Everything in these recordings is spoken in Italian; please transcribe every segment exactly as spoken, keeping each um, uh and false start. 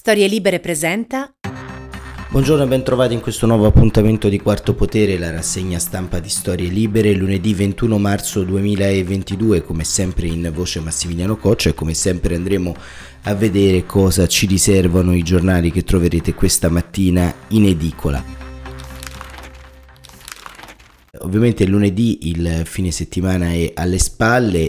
Storie Libere presenta. Buongiorno e ben trovati in questo nuovo appuntamento di Quarto Potere, la rassegna stampa di Storie Libere, lunedì ventuno marzo duemilaventidue, come sempre in voce Massimiliano Coccia, e come sempre andremo a vedere cosa ci riservano i giornali che troverete questa mattina in edicola. Ovviamente lunedì il fine settimana è alle spalle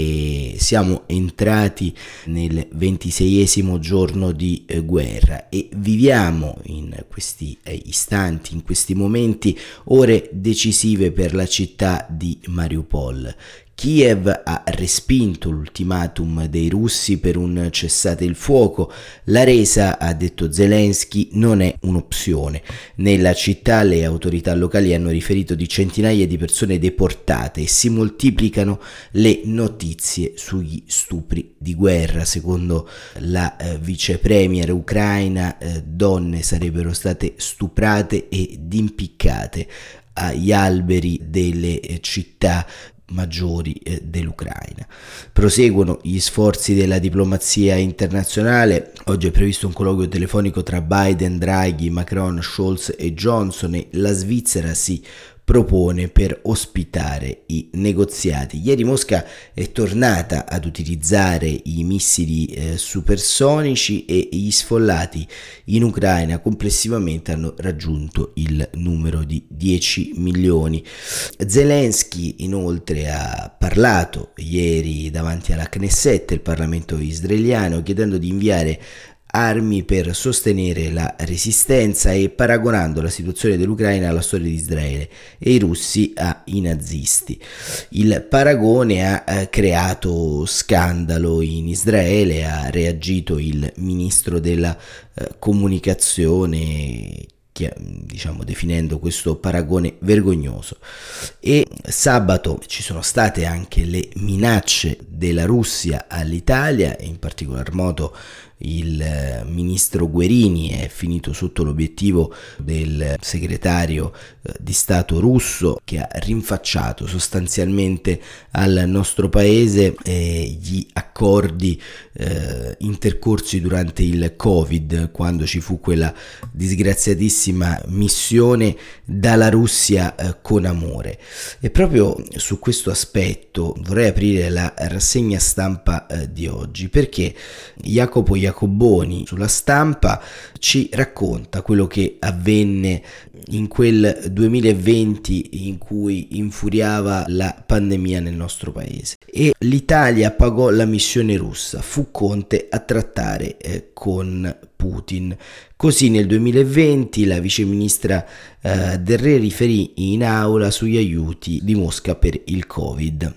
e siamo entrati nel ventiseiesimo giorno di eh, guerra e viviamo in questi eh, istanti, in questi momenti, ore decisive per la città di Mariupol. Kiev ha respinto l'ultimatum dei russi per un cessate il fuoco. La resa, ha detto Zelensky, non è un'opzione. Nella città le autorità locali hanno riferito di centinaia di persone deportate e si moltiplicano le notizie sugli stupri di guerra. Secondo la eh, vice premier ucraina, eh, donne sarebbero state stuprate ed impiccate agli alberi delle eh, città maggiori eh, dell'Ucraina. Proseguono gli sforzi della diplomazia internazionale. Oggi è previsto un colloquio telefonico tra Biden, Draghi, Macron, Scholz e Johnson e la Svizzera si propone per ospitare i negoziati. Ieri Mosca è tornata ad utilizzare i missili eh, supersonici e gli sfollati in Ucraina complessivamente hanno raggiunto il numero di dieci milioni. Zelensky inoltre ha parlato ieri davanti alla Knesset, il Parlamento israeliano, chiedendo di inviare armi per sostenere la resistenza e paragonando la situazione dell'Ucraina alla storia di Israele e i russi ai nazisti. Il paragone ha eh, creato scandalo in Israele, ha reagito il ministro della eh, comunicazione, diciamo definendo questo paragone vergognoso. E sabato ci sono state anche le minacce della Russia all'Italia, e in particolar modo il ministro Guerini è finito sotto l'obiettivo del segretario di Stato russo, che ha rinfacciato sostanzialmente al nostro paese eh, gli accordi eh, intercorsi durante il Covid, quando ci fu quella disgraziatissima missione dalla Russia eh, con amore. E proprio su questo aspetto vorrei aprire la rassegna stampa eh, di oggi, perché Jacopo Jacoboni sulla Stampa ci racconta quello che avvenne in quel duemilaventi in cui infuriava la pandemia nel nostro paese e l'Italia pagò la missione russa. Fu Conte a trattare eh, con Putin. Così nel duemilaventi la viceministra eh, Del Re riferì in aula sugli aiuti di Mosca per il Covid.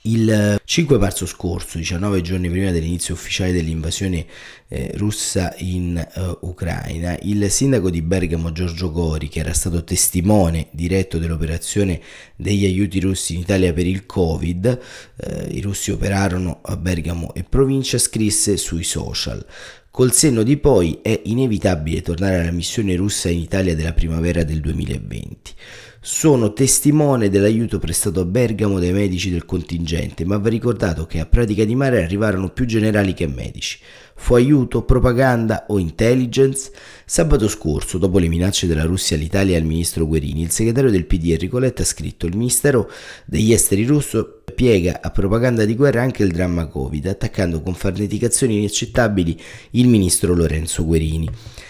Il cinque marzo scorso, diciannove giorni prima dell'inizio ufficiale dell'invasione eh, russa in uh, Ucraina, il sindaco di Bergamo Giorgio Gori, che era stato testimone diretto dell'operazione degli aiuti russi in Italia per il Covid, eh, i russi operarono a Bergamo e provincia, scrisse sui social: col senno di poi è inevitabile tornare alla missione russa in Italia della primavera del duemilaventi. Sono testimone dell'aiuto prestato a Bergamo dai medici del contingente, ma va ricordato che a Pratica di Mare arrivarono più generali che medici. Fu aiuto, propaganda o intelligence? Sabato scorso, dopo le minacce della Russia all'Italia e al ministro Guerini, il segretario del P D Enrico Letta ha scritto: il ministero degli esteri russo piega a propaganda di guerra anche il dramma Covid, attaccando con farneticazioni inaccettabili il ministro Lorenzo Guerini.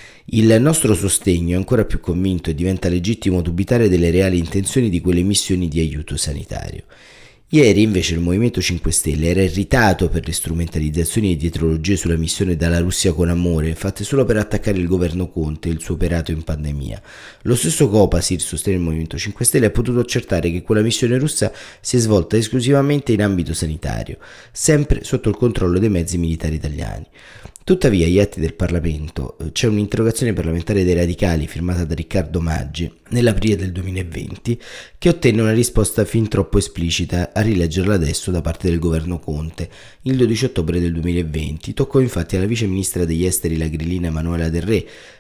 Il nostro sostegno è ancora più convinto e diventa legittimo dubitare delle reali intenzioni di quelle missioni di aiuto sanitario. Ieri invece il Movimento cinque Stelle era irritato per le strumentalizzazioni e dietrologie sulla missione dalla Russia con amore, fatte solo per attaccare il governo Conte e il suo operato in pandemia. Lo stesso Copasir, sostiene il Movimento cinque Stelle, ha potuto accertare che quella missione russa si è svolta esclusivamente in ambito sanitario, sempre sotto il controllo dei mezzi militari italiani. Tuttavia, agli atti del Parlamento c'è un'interrogazione parlamentare dei radicali firmata da Riccardo Maggi nell'aprile del duemilaventi che ottenne una risposta fin troppo esplicita. A rileggerla adesso da parte del governo Conte, il dodici ottobre del duemilaventi, toccò infatti alla vice ministra degli esteri la grillina Emanuela Del Re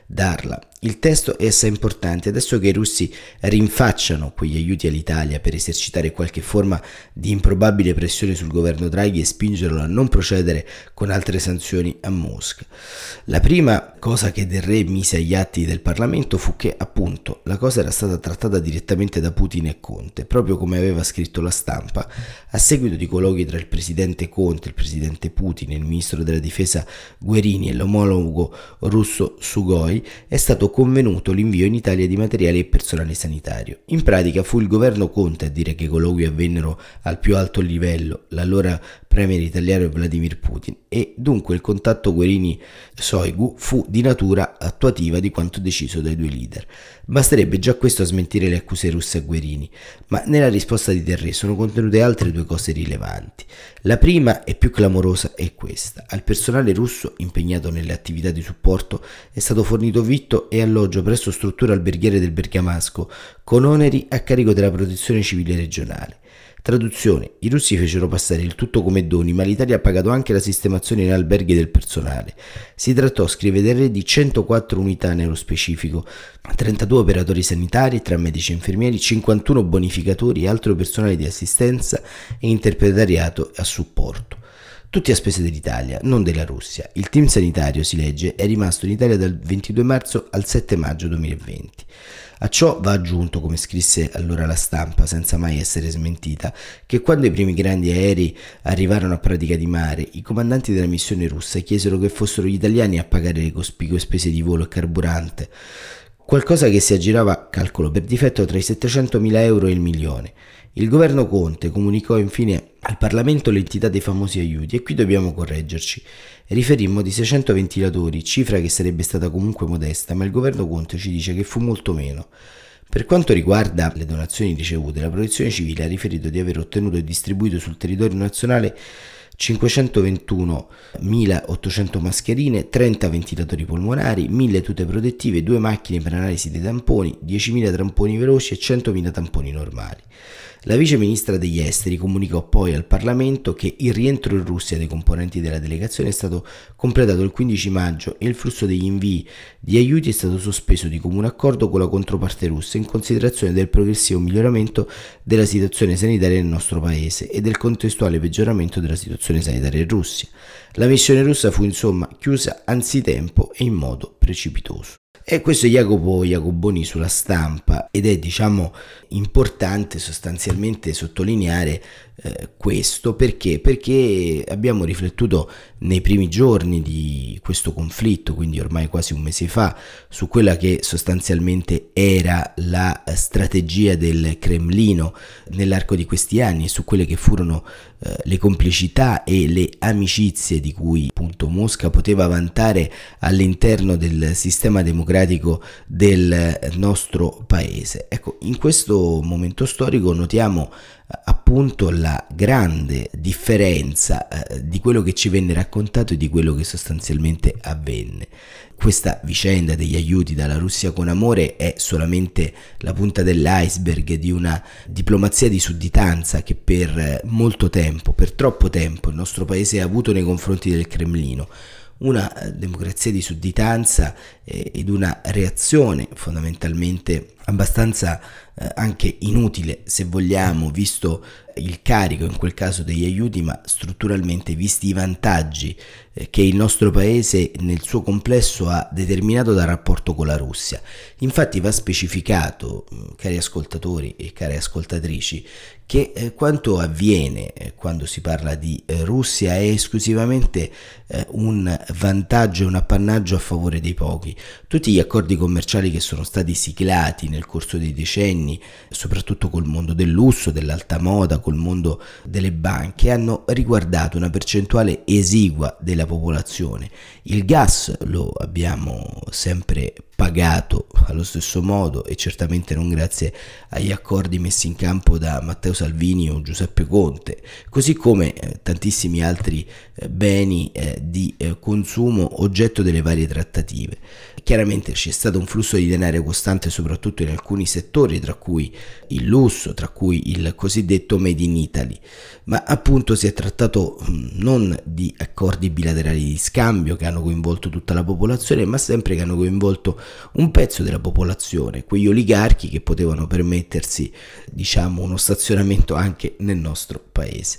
darla. Il testo è assai importante, adesso che i russi rinfacciano quegli aiuti all'Italia per esercitare qualche forma di improbabile pressione sul governo Draghi e spingerlo a non procedere con altre sanzioni a Mosca. La prima cosa che Del Re mise agli atti del Parlamento fu che, appunto, la cosa era stata trattata direttamente da Putin e Conte, proprio come aveva scritto la Stampa, a seguito di colloqui tra il presidente Conte, il presidente Putin, il ministro della difesa Guerini e l'omologo russo Sugoi, è stato convenuto l'invio in Italia di materiali e personale sanitario. In pratica fu il governo Conte a dire che i colloqui avvennero al più alto livello, l'allora premier italiano Vladimir Putin, e dunque il contatto Guerini-Shoigu fu di natura attuativa di quanto deciso dai due leader. Basterebbe già questo a smentire le accuse russe a Guerini, ma nella risposta di Del Re sono contenute altre due cose rilevanti. La prima e più clamorosa è questa: al personale russo impegnato nelle attività di supporto è stato fornito vitto e alloggio presso strutture alberghiere del Bergamasco con oneri a carico della protezione civile regionale. Traduzione: i russi fecero passare il tutto come doni, ma l'Italia ha pagato anche la sistemazione in alberghi del personale. Si trattò, scrive Del Re, di centoquattro unità nello specifico, trentadue operatori sanitari tra medici e infermieri, cinquantuno bonificatori e altro personale di assistenza e interpretariato a supporto. Tutti a spese dell'Italia, non della Russia. Il team sanitario, si legge, è rimasto in Italia dal ventidue marzo al sette maggio duemilaventi. A ciò va aggiunto, come scrisse allora la Stampa, senza mai essere smentita, che quando i primi grandi aerei arrivarono a Pratica di Mare, i comandanti della missione russa chiesero che fossero gli italiani a pagare le cospicue spese di volo e carburante, qualcosa che si aggirava, calcolo per difetto, tra i settecentomila euro e il milione. Il governo Conte comunicò infine al Parlamento l'entità dei famosi aiuti, e qui dobbiamo correggerci. Riferimmo di seicento ventilatori, cifra che sarebbe stata comunque modesta, ma il governo Conte ci dice che fu molto meno. Per quanto riguarda le donazioni ricevute, la Protezione Civile ha riferito di aver ottenuto e distribuito sul territorio nazionale cinquecentoventunomilaottocento mascherine, trenta ventilatori polmonari, mille tute protettive, due macchine per analisi dei tamponi, diecimila tamponi veloci e centomila tamponi normali. La vice ministra degli esteri comunicò poi al Parlamento che il rientro in Russia dei componenti della delegazione è stato completato il quindici maggio e il flusso degli invii di aiuti è stato sospeso di comune accordo con la controparte russa in considerazione del progressivo miglioramento della situazione sanitaria nel nostro paese e del contestuale peggioramento della situazione sanitaria in Russia. La missione russa fu insomma chiusa anzitempo e in modo precipitoso. E questo è Jacopo Jacoboni sulla Stampa, ed è, diciamo, importante sostanzialmente sottolineare eh, questo perché? Perché abbiamo riflettuto nei primi giorni di questo conflitto, quindi ormai quasi un mese fa, su quella che sostanzialmente era la strategia del Cremlino nell'arco di questi anni e su quelle che furono eh, le complicità e le amicizie di cui appunto Mosca poteva vantare all'interno del sistema democratico del nostro paese. Ecco, in questo momento storico notiamo appunto la grande differenza eh, di quello che ci venne raccontato e di quello che sostanzialmente avvenne. Questa vicenda degli aiuti dalla Russia con amore è solamente la punta dell'iceberg di una diplomazia di sudditanza che per molto tempo, per troppo tempo, il nostro paese ha avuto nei confronti del Cremlino. Una democrazia di sudditanza eh, ed una reazione fondamentalmente abbastanza eh, anche inutile, se vogliamo, visto il carico in quel caso degli aiuti, ma strutturalmente visti i vantaggi eh, che il nostro paese nel suo complesso ha determinato dal rapporto con la Russia. Infatti va specificato, cari ascoltatori e care ascoltatrici, che eh, quanto avviene eh, quando si parla di eh, Russia è esclusivamente eh, un vantaggio, un appannaggio a favore dei pochi. Tutti gli accordi commerciali che sono stati siglati nel corso dei decenni, soprattutto col mondo del lusso, dell'alta moda, col mondo delle banche, hanno riguardato una percentuale esigua della popolazione. Il gas, lo abbiamo sempre pagato allo stesso modo e certamente non grazie agli accordi messi in campo da Matteo Salvini o Giuseppe Conte, così come eh, tantissimi altri eh, beni eh, di eh, consumo oggetto delle varie trattative. Chiaramente c'è stato un flusso di denaro costante soprattutto in alcuni settori, tra cui il lusso, tra cui il cosiddetto Made in Italy, ma appunto si è trattato mh, non di accordi bilaterali di scambio che hanno coinvolto tutta la popolazione, ma sempre che hanno coinvolto un pezzo della popolazione, quegli oligarchi che potevano permettersi, diciamo, uno stazionamento anche nel nostro paese.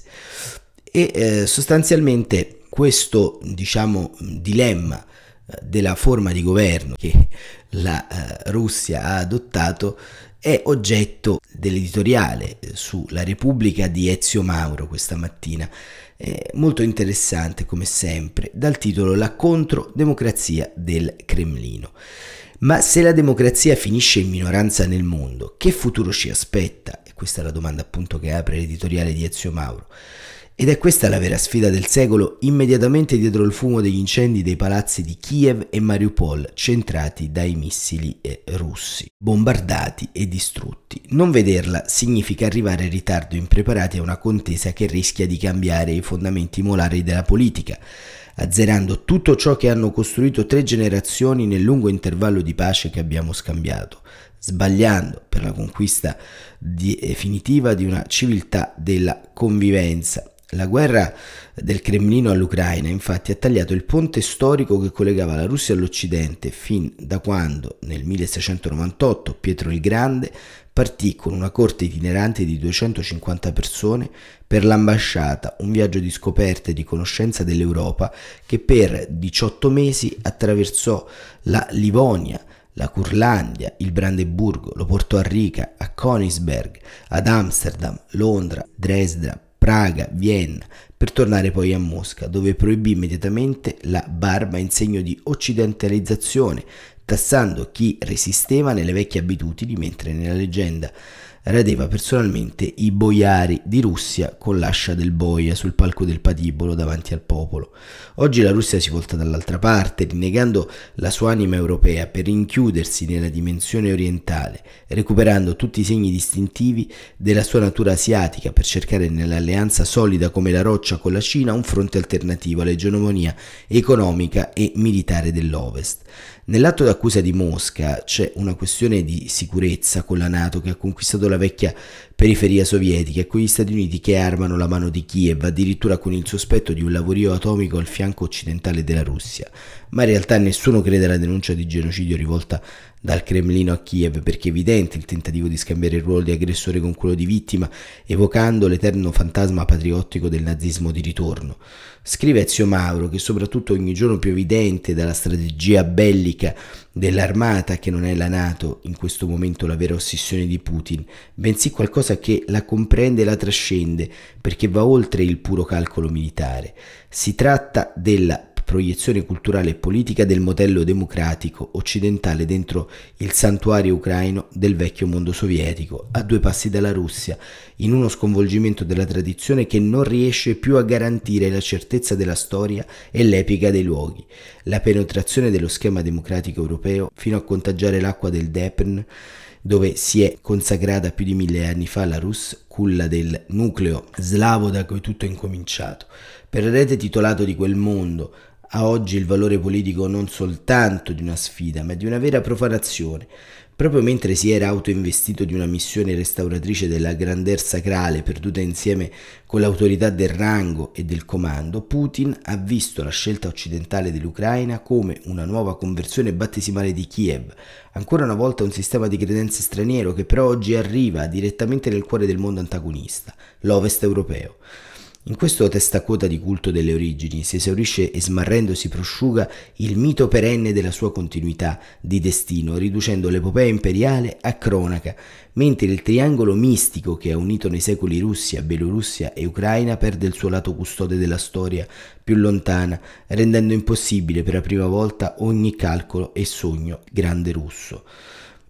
E eh, sostanzialmente questo, diciamo, dilemma eh, della forma di governo che la eh, Russia ha adottato è oggetto dell'editoriale sulla Repubblica di Ezio Mauro questa mattina, eh, molto interessante come sempre, dal titolo La controdemocrazia del Cremlino. Ma se la democrazia finisce in minoranza nel mondo, che futuro ci aspetta? E questa è la domanda appunto che apre l'editoriale di Ezio Mauro. Ed è questa la vera sfida del secolo, immediatamente dietro il fumo degli incendi dei palazzi di Kiev e Mariupol, centrati dai missili eh, russi, bombardati e distrutti. Non vederla significa arrivare in ritardo impreparati a una contesa che rischia di cambiare i fondamenti molari della politica, azzerando tutto ciò che hanno costruito tre generazioni nel lungo intervallo di pace che abbiamo scambiato, sbagliando per la conquista definitiva di una civiltà della convivenza. La guerra del Cremlino all'Ucraina infatti ha tagliato il ponte storico che collegava la Russia all'Occidente fin da quando nel milleseicentonovantotto Pietro il Grande partì con una corte itinerante di duecentocinquanta persone per l'ambasciata, un viaggio di scoperta e di conoscenza dell'Europa che per diciotto mesi attraversò la Livonia, la Curlandia, il Brandeburgo, lo portò a Riga, a Königsberg, ad Amsterdam, Londra, Dresda, Praga, Vienna, per tornare poi a Mosca, dove proibì immediatamente la barba in segno di occidentalizzazione, tassando chi resisteva nelle vecchie abitudini, mentre nella leggenda radeva personalmente i boiari di Russia con l'ascia del boia sul palco del patibolo davanti al popolo. Oggi la Russia si volta dall'altra parte, rinnegando la sua anima europea per rinchiudersi nella dimensione orientale, recuperando tutti i segni distintivi della sua natura asiatica per cercare nell'alleanza solida come la roccia con la Cina un fronte alternativo all'egemonia economica e militare dell'Ovest. Nell'atto d'accusa di Mosca c'è una questione di sicurezza con la NATO che ha conquistato la vecchia periferia sovietica e con gli Stati Uniti che armano la mano di Kiev, addirittura con il sospetto di un lavorio atomico al fianco occidentale della Russia. Ma in realtà nessuno crede alla denuncia di genocidio rivolta dal Cremlino a Kiev, perché è evidente il tentativo di scambiare il ruolo di aggressore con quello di vittima, evocando l'eterno fantasma patriottico del nazismo di ritorno. Scrive Ezio Mauro che soprattutto ogni giorno più evidente dalla strategia bellica dell'armata che non è la NATO in questo momento la vera ossessione di Putin, bensì qualcosa che la comprende e la trascende, perché va oltre il puro calcolo militare. Si tratta della proiezione culturale e politica del modello democratico occidentale dentro il santuario ucraino del vecchio mondo sovietico, a due passi dalla Russia, in uno sconvolgimento della tradizione che non riesce più a garantire la certezza della storia e l'epica dei luoghi. La penetrazione dello schema democratico europeo fino a contagiare l'acqua del Dnepr, dove si è consacrata più di mille anni fa la Rus, culla del nucleo slavo da cui tutto è incominciato. Per l'erede titolato di quel mondo, ha oggi il valore politico non soltanto di una sfida, ma di una vera profanazione. Proprio mentre si era autoinvestito di una missione restauratrice della grandeur sacrale perduta insieme con l'autorità del rango e del comando, Putin ha visto la scelta occidentale dell'Ucraina come una nuova conversione battesimale di Kiev, ancora una volta un sistema di credenze straniero che però oggi arriva direttamente nel cuore del mondo antagonista, l'Ovest europeo. In questo testacoda di culto delle origini si esaurisce e smarrendo si prosciuga il mito perenne della sua continuità di destino, riducendo l'epopea imperiale a cronaca, mentre il triangolo mistico che ha unito nei secoli Russia, Bielorussia e Ucraina perde il suo lato custode della storia più lontana, rendendo impossibile per la prima volta ogni calcolo e sogno grande russo.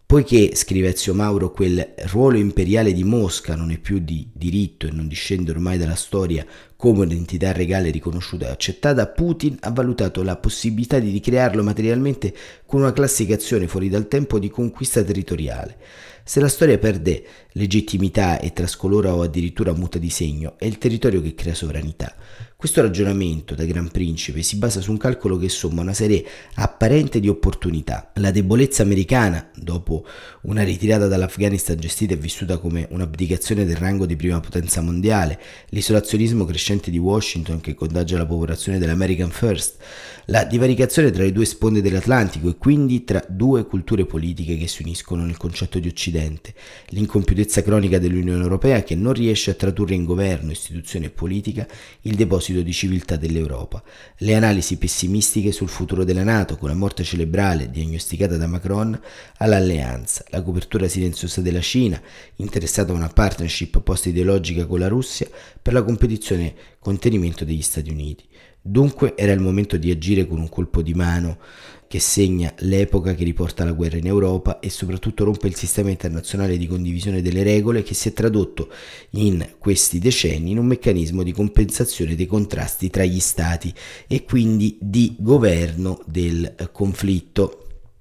Poiché, scrive Ezio Mauro, quel ruolo imperiale di Mosca non è più di diritto e non discende ormai dalla storia come un'entità regale riconosciuta e accettata, Putin ha valutato la possibilità di ricrearlo materialmente con una classica azione fuori dal tempo di conquista territoriale. Se la storia perde legittimità e trascolora o addirittura muta di segno, è il territorio che crea sovranità. Questo ragionamento da Gran Principe si basa su un calcolo che somma una serie apparente di opportunità. La debolezza americana, dopo una ritirata dall'Afghanistan gestita e vissuta come un'abdicazione del rango di prima potenza mondiale, l'isolazionismo crescente di Washington che contagia la popolazione dell'American First, la divaricazione tra le due sponde dell'Atlantico e quindi tra due culture politiche che si uniscono nel concetto di Occidente, l'incompiutezza cronica dell'Unione Europea che non riesce a tradurre in governo, istituzione e politica il deposito di civiltà dell'Europa, le analisi pessimistiche sul futuro della NATO con la morte cerebrale diagnosticata da Macron all'alleanza, la copertura silenziosa della Cina interessata a una partnership post-ideologica con la Russia per la competizione contenimento degli Stati Uniti. Dunque era il momento di agire con un colpo di mano che segna l'epoca che riporta la guerra in Europa e soprattutto rompe il sistema internazionale di condivisione delle regole che si è tradotto in questi decenni in un meccanismo di compensazione dei contrasti tra gli stati e quindi di governo del conflitto.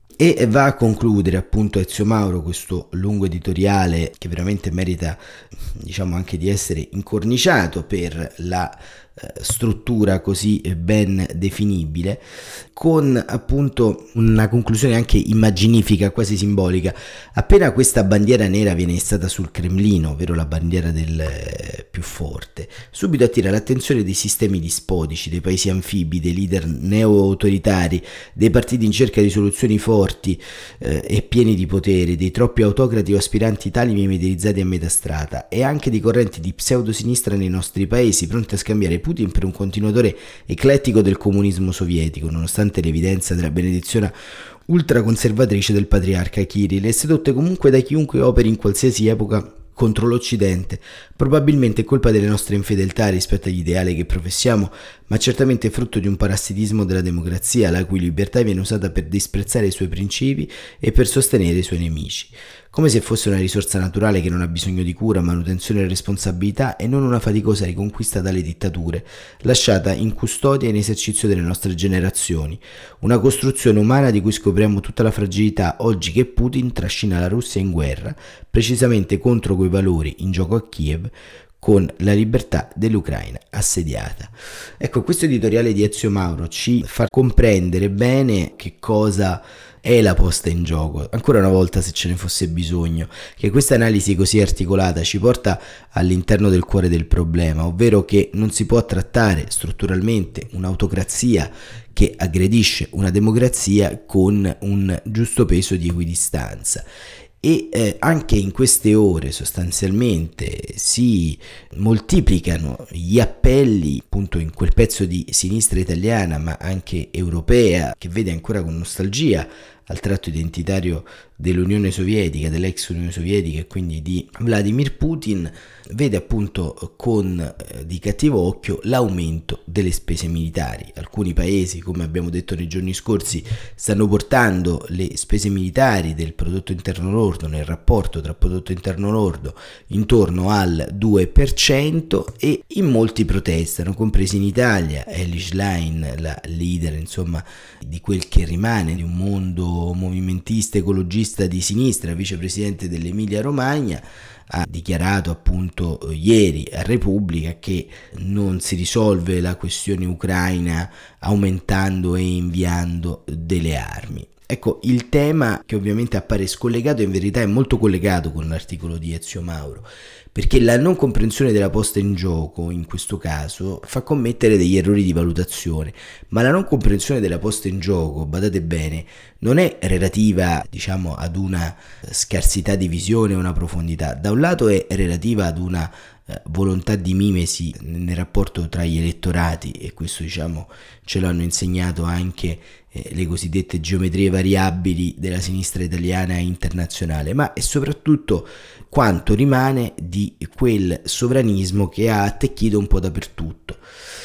E va a concludere appunto Ezio Mauro questo lungo editoriale che veramente merita, diciamo, anche di essere incorniciato per la eh, struttura così ben definibile, con appunto una conclusione anche immaginifica, quasi simbolica. Appena questa bandiera nera viene istata sul Cremlino, ovvero la bandiera del eh, più forte, subito attira l'attenzione dei sistemi dispotici, dei paesi anfibi, dei leader neo-autoritari, dei partiti in cerca di soluzioni forti eh, e pieni di potere, dei troppi autocrati o aspiranti tali mimetizzati a metà strada, e anche di correnti di pseudosinistra nei nostri paesi pronti a scambiare Putin per un continuatore eclettico del comunismo sovietico, nonostante l'evidenza della benedizione ultraconservatrice del patriarca Kirill, e sedotte comunque da chiunque operi in qualsiasi epoca contro l'Occidente. Probabilmente è colpa delle nostre infedeltà rispetto agli ideali che professiamo, ma certamente è frutto di un parassitismo della democrazia, la cui libertà viene usata per disprezzare i suoi principi e per sostenere i suoi nemici, come se fosse una risorsa naturale che non ha bisogno di cura, manutenzione e responsabilità, e non una faticosa riconquista dalle dittature, lasciata in custodia e in esercizio delle nostre generazioni, una costruzione umana di cui scopriamo tutta la fragilità oggi che Putin trascina la Russia in guerra, precisamente contro quei valori in gioco a Kiev, con la libertà dell'Ucraina assediata. Ecco, questo editoriale di Ezio Mauro ci fa comprendere bene che cosa è la posta in gioco, ancora una volta se ce ne fosse bisogno, che questa analisi così articolata ci porta all'interno del cuore del problema, ovvero che non si può trattare strutturalmente un'autocrazia che aggredisce una democrazia con un giusto peso di equidistanza. E eh, anche in queste ore sostanzialmente si moltiplicano gli appelli appunto in quel pezzo di sinistra italiana ma anche europea che vede ancora con nostalgia al tratto identitario dell'Unione Sovietica, dell'ex Unione Sovietica e quindi di Vladimir Putin, vede appunto con eh, di cattivo occhio l'aumento delle spese militari. Alcuni paesi, come abbiamo detto nei giorni scorsi, stanno portando le spese militari del prodotto interno lordo, nel rapporto tra prodotto interno lordo, intorno al due per cento, e in molti protestano, compresi in Italia. Elly Schlein, la leader insomma di quel che rimane di un mondo movimentista ecologista di sinistra, vicepresidente dell'Emilia Romagna, ha dichiarato appunto ieri a Repubblica che non si risolve la questione ucraina aumentando e inviando delle armi. Ecco, il tema che ovviamente appare scollegato in verità è molto collegato con l'articolo di Ezio Mauro, perché la non comprensione della posta in gioco in questo caso fa commettere degli errori di valutazione, ma la non comprensione della posta in gioco, badate bene, non è relativa, diciamo, ad una scarsità di visione o una profondità. Da un lato è relativa ad una eh, volontà di mimesi nel rapporto tra gli elettorati, e questo diciamo ce l'hanno insegnato anche eh, le cosiddette geometrie variabili della sinistra italiana e internazionale, ma è soprattutto quanto rimane di quel sovranismo che ha attecchito un po' dappertutto.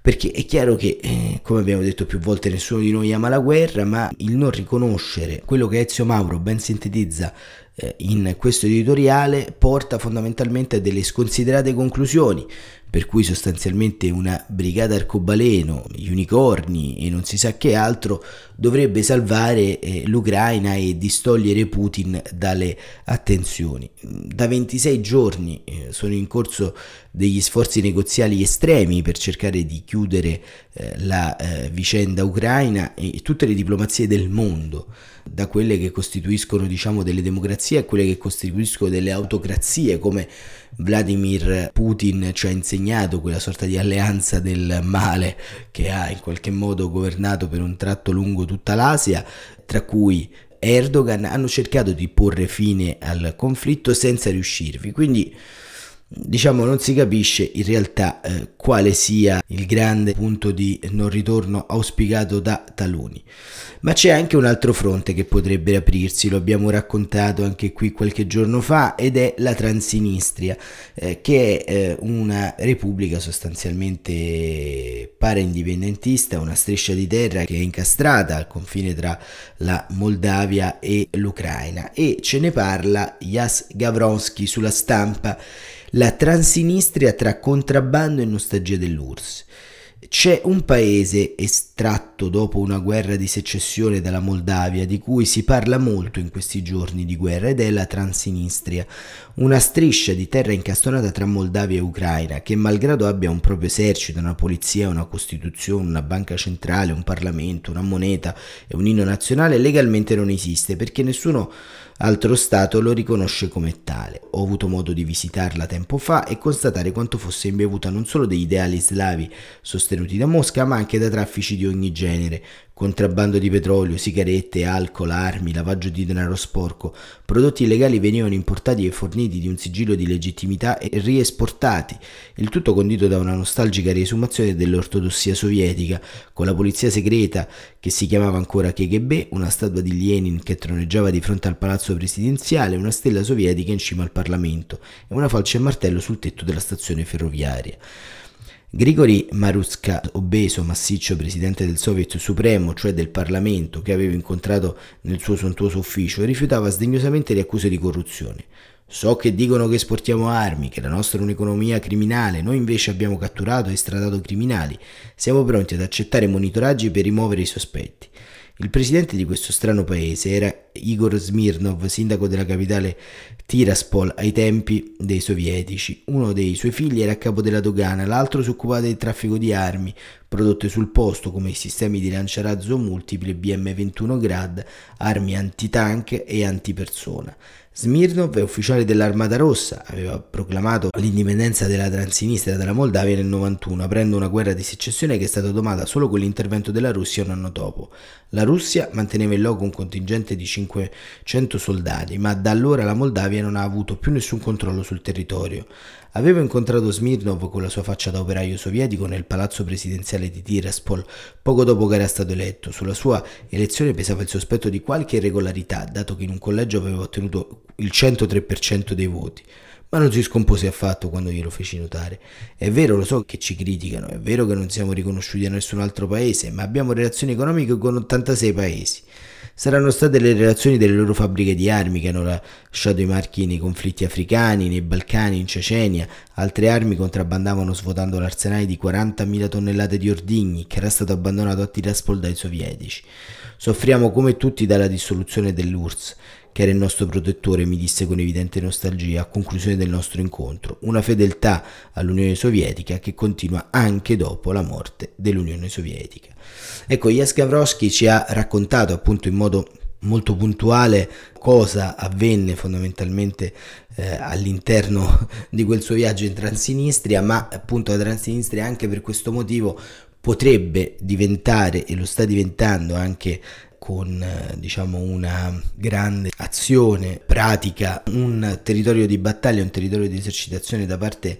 perché è chiaro che, eh, come abbiamo detto più volte, nessuno di noi ama la guerra, ma il non riconoscere quello che Ezio Mauro ben sintetizza eh, in questo editoriale porta fondamentalmente a delle sconsiderate conclusioni, per cui sostanzialmente una brigata arcobaleno, gli unicorni e non si sa che altro dovrebbe salvare eh, l'Ucraina e distogliere Putin dalle attenzioni. Da ventisei giorni eh, sono in corso degli sforzi negoziali estremi per cercare di chiudere eh, la eh, vicenda ucraina, e tutte le diplomazie del mondo, da quelle che costituiscono, diciamo, delle democrazie a quelle che costituiscono delle autocrazie, come Vladimir Putin ci ha insegnato, quella sorta di alleanza del male che ha in qualche modo governato per un tratto lungo tutta l'Asia, tra cui Erdogan, hanno cercato di porre fine al conflitto senza riuscirvi. Quindi, diciamo, non si capisce in realtà eh, quale sia il grande punto di non ritorno auspicato da taluni. Ma c'è anche un altro fronte che potrebbe aprirsi, lo abbiamo raccontato anche qui qualche giorno fa, ed è la Transnistria, eh, che è eh, una repubblica sostanzialmente para-indipendentista, una striscia di terra che è incastrata al confine tra la Moldavia e l'Ucraina, e ce ne parla Jas Gawronski sulla Stampa. La Transnistria tra contrabbando e nostalgia dell'U R S S. C'è un paese estratto dopo una guerra di secessione dalla Moldavia di cui si parla molto in questi giorni di guerra, ed è la Transnistria, una striscia di terra incastonata tra Moldavia e Ucraina che, malgrado abbia un proprio esercito, una polizia, una costituzione, una banca centrale, un parlamento, una moneta e un inno nazionale, legalmente non esiste perché nessuno altro Stato lo riconosce come tale. Ho avuto modo di visitarla tempo fa e constatare quanto fosse imbevuta non solo degli ideali slavi sostenuti da Mosca, ma anche da traffici di ogni genere: contrabbando di petrolio, sigarette, alcol, armi, lavaggio di denaro sporco. Prodotti illegali venivano importati e forniti di un sigillo di legittimità e riesportati, il tutto condito da una nostalgica riesumazione dell'ortodossia sovietica, con la polizia segreta che si chiamava ancora K G B, una statua di Lenin che troneggiava di fronte al palazzo presidenziale, una stella sovietica in cima al Parlamento e una falce e martello sul tetto della stazione ferroviaria. Grigori Maruzka, obeso, massiccio presidente del Soviet Supremo, cioè del Parlamento, che avevo incontrato nel suo sontuoso ufficio, rifiutava sdegnosamente le accuse di corruzione. So che dicono che esportiamo armi, che la nostra è un'economia criminale, noi invece abbiamo catturato e estradato criminali. Siamo pronti ad accettare monitoraggi per rimuovere i sospetti. Il presidente di questo strano paese era Igor Smirnov, sindaco della capitale Tiraspol ai tempi dei sovietici. Uno dei suoi figli era a capo della dogana, l'altro si occupava del traffico di armi prodotte sul posto, come i sistemi di lanciarazzo multipli B M ventuno Grad, armi antitank e antipersona. Smirnov è ufficiale dell'Armata Rossa, aveva proclamato l'indipendenza della Transnistria dalla Moldavia nel novantuno, aprendo una guerra di secessione che è stata domata solo con l'intervento della Russia un anno dopo. La Russia manteneva in loco un contingente di cinquecento soldati, ma da allora la Moldavia non ha avuto più nessun controllo sul territorio. Avevo incontrato Smirnov con la sua faccia da operaio sovietico nel palazzo presidenziale di Tiraspol poco dopo che era stato eletto. Sulla sua elezione pesava il sospetto di qualche irregolarità, dato che in un collegio aveva ottenuto il centotré per cento dei voti, ma non si scompose affatto quando glielo feci notare. È vero, lo so che ci criticano, è vero che non siamo riconosciuti da nessun altro paese, ma abbiamo relazioni economiche con ottantasei paesi. Saranno state le relazioni delle loro fabbriche di armi che hanno lasciato i marchi nei conflitti africani, nei Balcani, in Cecenia. Altre armi contrabbandavano svuotando l'arsenale di quarantamila tonnellate di ordigni che era stato abbandonato a Tiraspol dai sovietici. Soffriamo come tutti dalla dissoluzione dell'U R S S, che era il nostro protettore, mi disse con evidente nostalgia a conclusione del nostro incontro, una fedeltà all'Unione Sovietica che continua anche dopo la morte dell'Unione Sovietica. Ecco, Jas Gawronski ci ha raccontato appunto in modo molto puntuale cosa avvenne fondamentalmente eh, all'interno di quel suo viaggio in Transnistria, ma appunto la Transnistria anche per questo motivo potrebbe diventare, e lo sta diventando anche con diciamo una grande azione pratica, un territorio di battaglia, un territorio di esercitazione da parte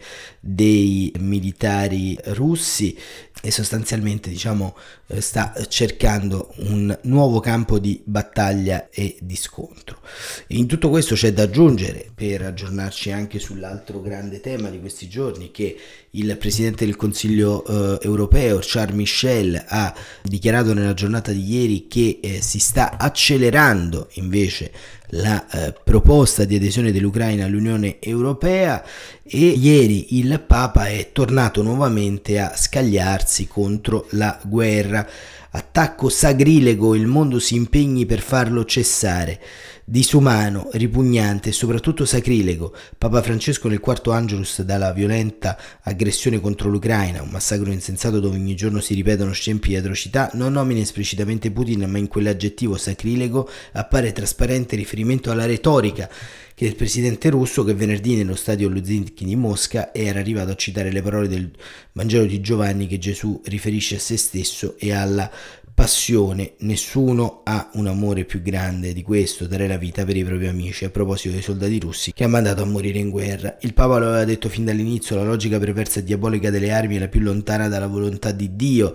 dei militari russi, e sostanzialmente diciamo sta cercando un nuovo campo di battaglia e di scontro. In tutto questo c'è da aggiungere, per aggiornarci anche sull'altro grande tema di questi giorni, che il Presidente del Consiglio eh, europeo Charles Michel ha dichiarato nella giornata di ieri che eh, si sta accelerando invece la eh, proposta di adesione dell'Ucraina all'Unione Europea, e ieri il Papa è tornato nuovamente a scagliarsi contro la guerra. Attacco sacrilego, il mondo si impegni per farlo cessare. Disumano, ripugnante e soprattutto sacrilego. Papa Francesco nel quarto Angelus dalla violenta aggressione contro l'Ucraina, un massacro insensato dove ogni giorno si ripetono scempi e atrocità, non nomina esplicitamente Putin, ma in quell'aggettivo sacrilego appare trasparente riferimento alla retorica che il presidente russo, che venerdì nello stadio Luzhniki di Mosca era arrivato a citare le parole del Vangelo di Giovanni che Gesù riferisce a se stesso e alla passione. Nessuno ha un amore più grande di questo, dare la vita per i propri amici, a proposito dei soldati russi che ha mandato a morire in guerra. Il Papa lo aveva detto fin dall'inizio: la logica perversa e diabolica delle armi è la più lontana dalla volontà di Dio.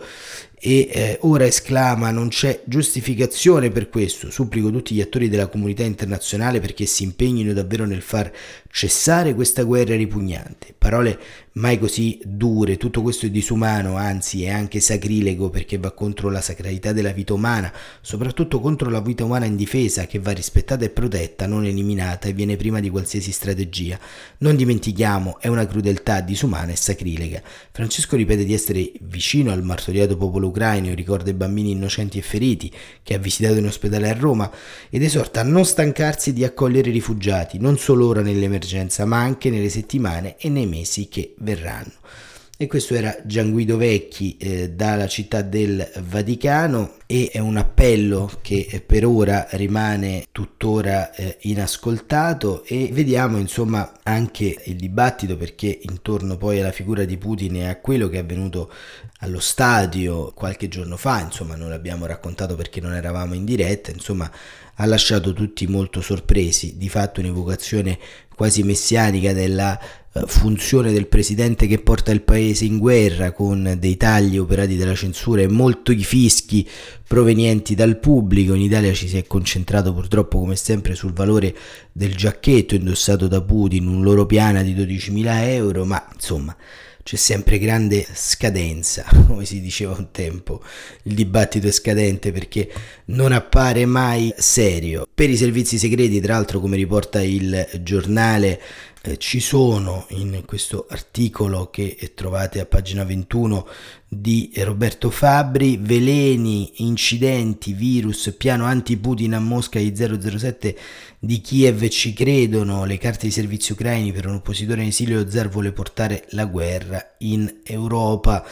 E eh, ora esclama: non c'è giustificazione per questo, supplico tutti gli attori della comunità internazionale perché si impegnino davvero nel far cessare questa guerra ripugnante. Parole mai così dure. Tutto questo è disumano, anzi è anche sacrilego, perché va contro la sacralità della vita umana, soprattutto contro la vita umana indifesa, che va rispettata e protetta, non eliminata, e viene prima di qualsiasi strategia. Non dimentichiamo, è una crudeltà disumana e sacrilega. Francesco ripete di essere vicino al martoriato popolo ucraino, ricorda i bambini innocenti e feriti che ha visitato in ospedale a Roma ed esorta a non stancarsi di accogliere i rifugiati, non solo ora nell'emergenza, ma anche nelle settimane e nei mesi che verranno. E questo era Gian Guido Vecchi eh, dalla città del Vaticano, e è un appello che eh, per ora rimane tuttora eh, inascoltato, e vediamo insomma anche il dibattito, perché intorno poi alla figura di Putin e a quello che è avvenuto allo stadio qualche giorno fa, insomma non l'abbiamo raccontato perché non eravamo in diretta, insomma ha lasciato tutti molto sorpresi. Di fatto un'evocazione quasi messianica della uh, funzione del presidente che porta il paese in guerra, con dei tagli operati dalla censura e molti fischi provenienti dal pubblico. In Italia ci si è concentrato purtroppo come sempre sul valore del giacchetto indossato da Putin, un loro piana di dodicimila euro, ma insomma c'è sempre grande scadenza, come si diceva un tempo. Il dibattito è scadente perché non appare mai serio. Per i servizi segreti, tra l'altro, come riporta il giornale, eh, ci sono in questo articolo che trovate a pagina ventuno di Roberto Fabbri: veleni, incidenti, virus, piano anti-Putin a Mosca, gli zero zero sette di Kiev ci credono, le carte di servizi ucraini per un oppositore in esilio, Zar vuole portare la guerra in Europa.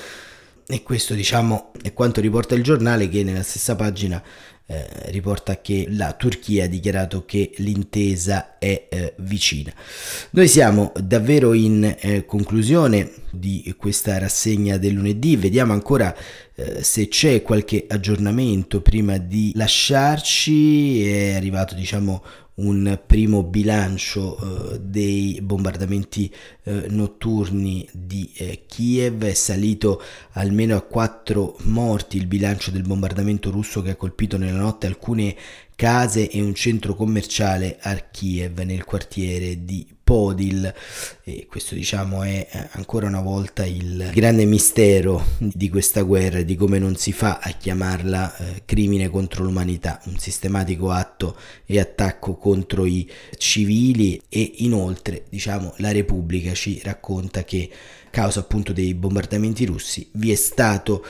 E questo diciamo è quanto riporta il giornale, che nella stessa pagina eh, riporta che la Turchia ha dichiarato che l'intesa è eh, vicina. Noi siamo davvero in eh, conclusione di questa rassegna del lunedì. Vediamo ancora eh, se c'è qualche aggiornamento prima di lasciarci. È arrivato diciamo un primo bilancio eh, dei bombardamenti eh, notturni di eh, Kiev. È salito almeno a quattro morti il bilancio del bombardamento russo che ha colpito nella notte alcune case e un centro commerciale a Kiev, nel quartiere di Podil. E questo diciamo è ancora una volta il grande mistero di questa guerra, di come non si fa a chiamarla eh, crimine contro l'umanità, un sistematico atto e attacco contro i civili. E inoltre diciamo la Repubblica ci racconta che a causa appunto dei bombardamenti russi vi è stato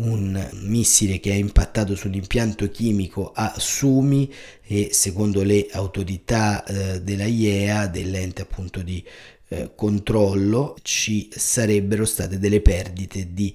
un missile che ha impattato sull'impianto chimico a Sumi, e secondo le autorità eh, della I E A, dell'ente appunto di eh, controllo, ci sarebbero state delle perdite di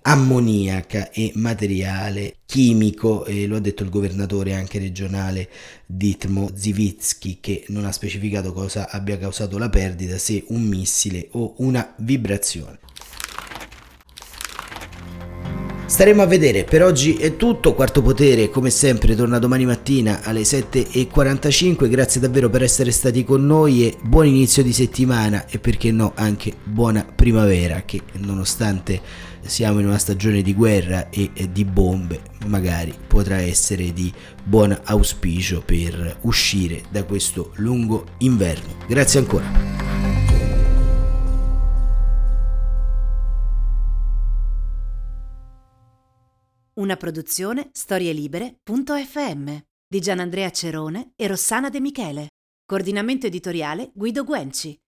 ammoniaca e materiale chimico, e lo ha detto il governatore anche regionale Dmytro Zivitsky, che non ha specificato cosa abbia causato la perdita, se un missile o una vibrazione. Staremo a vedere, per oggi è tutto, Quarto Potere come sempre torna domani mattina alle sette e quarantacinque, grazie davvero per essere stati con noi e buon inizio di settimana e perché no anche buona primavera, che nonostante siamo in una stagione di guerra e di bombe magari potrà essere di buon auspicio per uscire da questo lungo inverno. Grazie ancora. Una produzione storielibere punto effe emme di Gianandrea Cerone e Rossana De Michele. Coordinamento editoriale Guido Guenci.